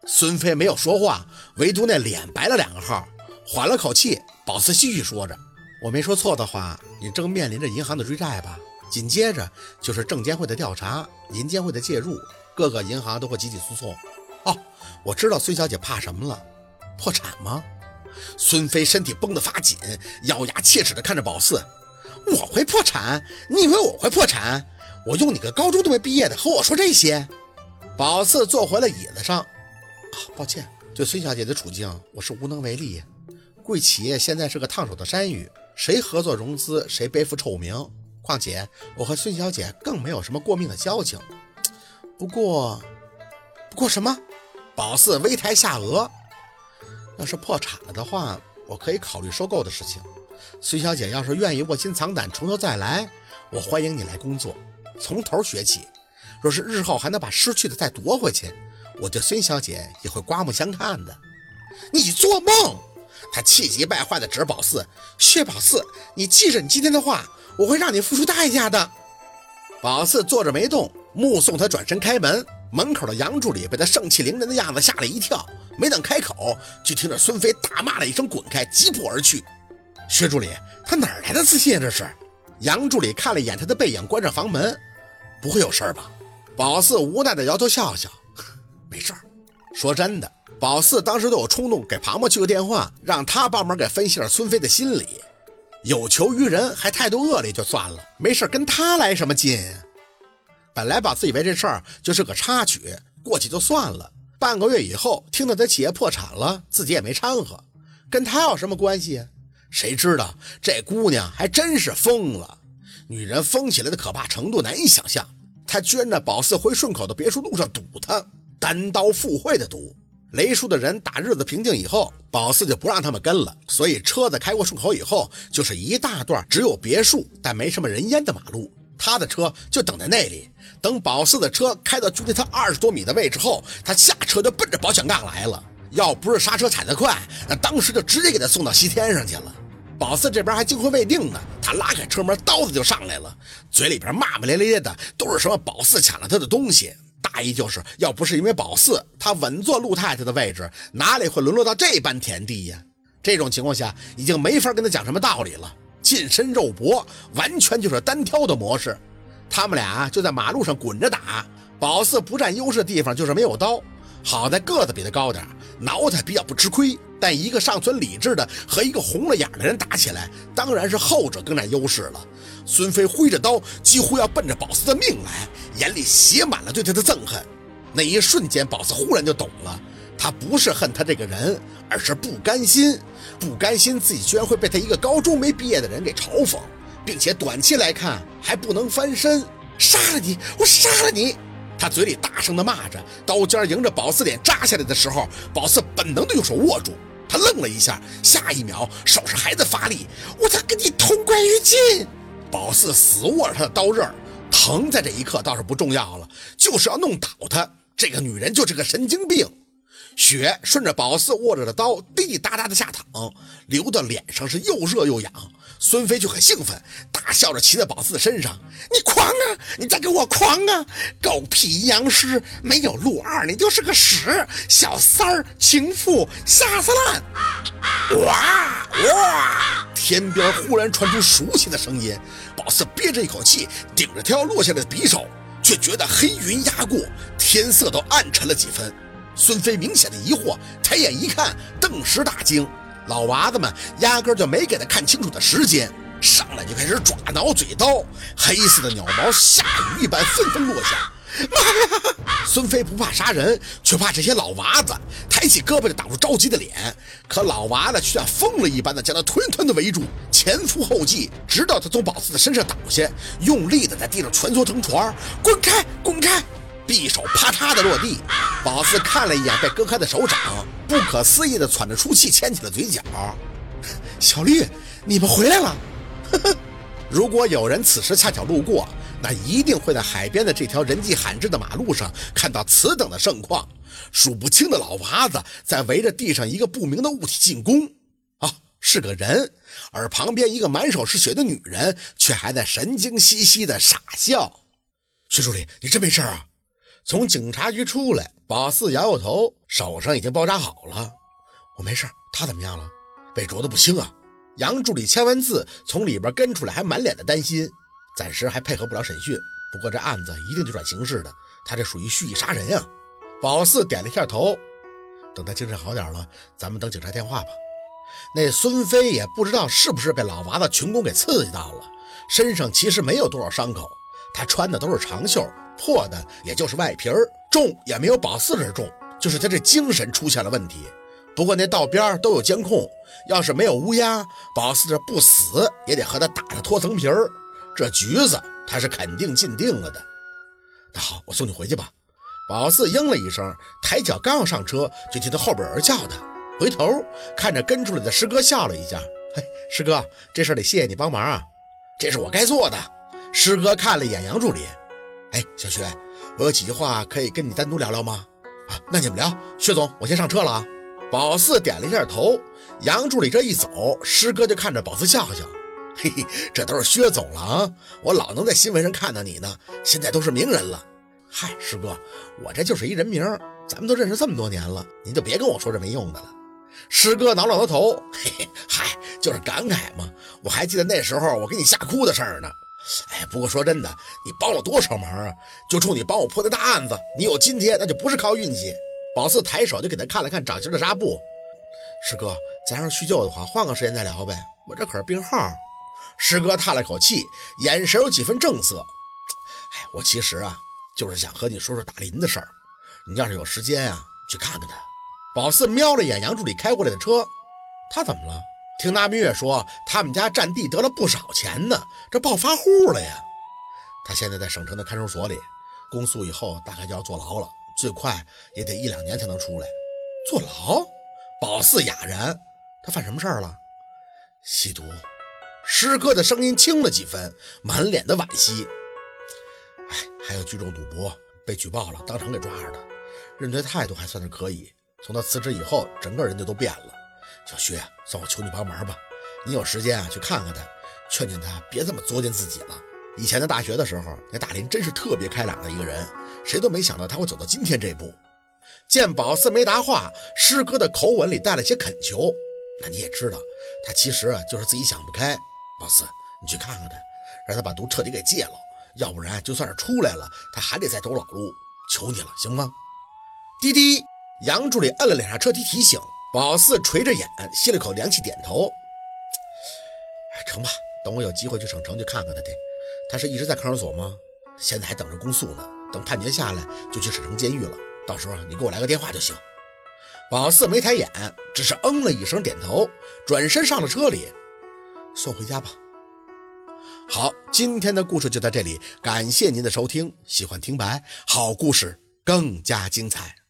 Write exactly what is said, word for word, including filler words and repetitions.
孙飞没有说话，唯独那脸白了两个号，缓了口气。保四继续说着：“我没说错的话，你正面临着银行的追债吧？紧接着就是证监会的调查，银监会的介入，各个银行都会集体诉讼。哦，我知道孙小姐怕什么了，破产吗？”孙飞身体绷得发紧，咬牙切齿地看着保四：“我会破产？你以为我会破产？我用你个高中都没毕业的和我说这些？”保四坐回了椅子上：“啊，抱歉，对孙小姐的处境我是无能为力。贵企业现在是个烫手的山芋，谁合作融资谁背负臭名。况且我和孙小姐更没有什么过命的交情。不过，不过什么？”保四微抬下颚：“要是破产了的话，我可以考虑收购的事情。孙小姐要是愿意卧薪尝胆从头再来，我欢迎你来工作，从头学起。若是日后还能把失去的再夺回去，我对孙小姐也会刮目相看的。”“你做梦！”他气急败坏地指保四：“薛保四，你记着你今天的话，我会让你付出代价的。”保四坐着没动，目送他转身开门。门口的杨助理被他盛气凌人的样子吓了一跳，没等开口，就听着孙飞大骂了一声滚开，疾步而去。薛助理，他哪儿来的自信啊？这是。杨助理看了一眼他的背影，关上房门：“不会有事吧？”保四无奈地摇头笑笑：“没事儿。”说真的，保四当时都有冲动给庞庞去个电话，让他帮忙给分析了孙飞的心理。有求于人还态度恶劣就算了，没事跟他来什么劲啊？本来保四以为这事儿就是个插曲，过去就算了。半个月以后听到他企业破产了，自己也没掺和，跟他有什么关系啊？谁知道这姑娘还真是疯了，女人疯起来的可怕程度难以想象。她居然在保四回顺口的别墅路上堵他，单刀赴会的堵。雷叔的人打日子平静以后，保四就不让他们跟了，所以车子开过顺口以后，就是一大段只有别墅但没什么人烟的马路。他的车就等在那里，等保四的车开到距离他二十多米的位置后，他下车就奔着保险杠来了。要不是刹车踩得快，那当时就直接给他送到西天上去了。保四这边还惊魂未定呢，他拉开车门，刀子就上来了，嘴里边骂骂咧咧的，都是什么保四抢了他的东西，大意就是要不是因为保四他稳坐陆太太的位置，哪里会沦落到这般田地呀？这种情况下已经没法跟他讲什么道理了，近身肉搏完全就是单挑的模式。他们俩就在马路上滚着打，保四不占优势的地方就是没有刀，好在个子比他高点，挠他比较不吃亏。但一个尚存理智的和一个红了眼的人打起来，当然是后者更占优势了。孙飞挥着刀几乎要奔着保四的命来，眼里写满了对他的憎恨。那一瞬间保四忽然就懂了，他不是恨他这个人，而是不甘心不甘心自己居然会被他一个高中没毕业的人给嘲讽，并且短期来看还不能翻身。杀了你，我杀了你！他嘴里大声地骂着，刀尖迎着保四脸扎下来的时候，保四本能的用手握住。他愣了一下，下一秒手上还在发力，我他跟你同归于尽！保四死握着他的刀刃，疼在这一刻倒是不重要了，就是要弄倒他。这个女人就是个神经病。血顺着保四握着的刀滴滴答答的下淌，流到脸上是又热又痒。孙飞就很兴奋，大笑着骑在保四的身上：“你狂啊！你再给我狂啊！狗屁阴阳师，没有陆二你就是个屎！小三儿，情妇，下三滥！”哇哇！天边忽然传出熟悉的声音，保四憋着一口气，顶着他要落下来的匕首，却觉得黑云压过，天色都暗沉了几分。孙飞明显的疑惑，抬眼一看，顿时大惊。老娃子们压根就没给他看清楚的时间，上来就开始爪挠嘴刀，黑色的鸟毛下雨一般纷纷落下。妈呀！孙飞不怕杀人，却怕这些老娃子，抬起胳膊就挡住着急的脸。可老娃子却像疯了一般的将他团团的围住，前赴后继，直到他从保四的身上倒下，用力的在地上蜷缩成团。滚开，滚开！匕首啪嚓的落地，保四看了一眼被割开的手掌，不可思议的喘着粗气，牵起了嘴角。小绿，你们回来了！如果有人此时恰巧路过，那一定会在海边的这条人迹罕至的马路上看到此等的盛况，数不清的老娃子在围着地上一个不明的物体进攻。啊，是个人，而旁边一个满手是血的女人却还在神经兮兮的傻笑。薛助理，你真没事啊？从警察局出来，保四摇摇头， 手上已经包扎好了。我没事，他怎么样了？被啄得不轻啊。杨助理签完字从里边跟出来，还满脸的担心，暂时还配合不了审讯，不过这案子一定就转刑事的，他这属于蓄意杀人啊。宝四点了一下头，等他精神好点了，咱们等警察电话吧。那孙飞也不知道是不是被老娃子群攻给刺激到了，身上其实没有多少伤口，他穿的都是长袖，破的也就是外皮儿，重也没有宝四这重，就是他这精神出现了问题。不过那道边都有监控，要是没有乌鸦，宝四这不死也得和他打得脱层皮儿，这局子他是肯定进定了的。那好，我送你回去吧。宝四应了一声，抬脚刚要上车，就听到后边有人叫他，回头看着跟出来的师哥笑了一下，嘿，师哥，这事得谢谢你帮忙啊，这是我该做的。师哥看了一眼杨助理，哎，小薛，我有几句话可以跟你单独聊聊吗？啊，那你们聊。薛总，我先上车了啊。宝四点了一下头，杨助理这一走，师哥就看着宝四笑笑，嘿嘿，这都是薛总了啊，我老能在新闻上看到你呢，现在都是名人了。嗨，师哥，我这就是一人名，咱们都认识这么多年了，您就别跟我说这没用的了。师哥挠了挠头，嘿嘿，嗨，就是感慨嘛，我还记得那时候我给你吓哭的事儿呢。哎，不过说真的，你帮了多少忙啊，就冲你帮我破的大案子，你有今天那就不是靠运气。宝四抬手就给他看了看掌心的纱布，师哥，咱要是叙旧的话，换个时间再聊呗，我这可是病号。师哥叹了口气，眼神有几分正色，哎，我其实啊就是想和你说说大林的事儿，你要是有时间啊去看看他。宝四瞄了眼杨助理开过来的车，他怎么了？听那明月说他们家占地得了不少钱呢，这暴发户了呀。他现在在省城的看守所里，公诉以后大概就要坐牢了，最快也得一两年才能出来。坐牢？宝四哑然，他犯什么事儿了？吸毒。师哥的声音轻了几分，满脸的惋惜。哎，还有聚众赌博，被举报了，当场给抓着的，认罪态度还算是可以。从他辞职以后，整个人就都变了。小薛，算我求你帮忙吧，你有时间啊去看看他，劝劝他别这么作践自己了。以前在大学的时候，那大林真是特别开朗的一个人，谁都没想到他会走到今天这步。见宝四没答话，师哥的口吻里带了些恳求，那你也知道，他其实啊就是自己想不开。宝四，你去看看他，让他把毒彻底给戒了，要不然就算是出来了，他还得再走老路，求你了，行吗？滴滴，杨助理摁了两下车梯提醒。宝四垂着眼，吸了口凉气，点头。成吧，等我有机会去省城去看看他去。他是一直在看守所吗？现在还等着公诉呢，等判决下来就去省城监狱了，到时候你给我来个电话就行。宝四没抬眼，只是嗯了一声点头，转身上了车里。送回家吧。好，今天的故事就到这里，感谢您的收听，喜欢听白，好故事更加精彩。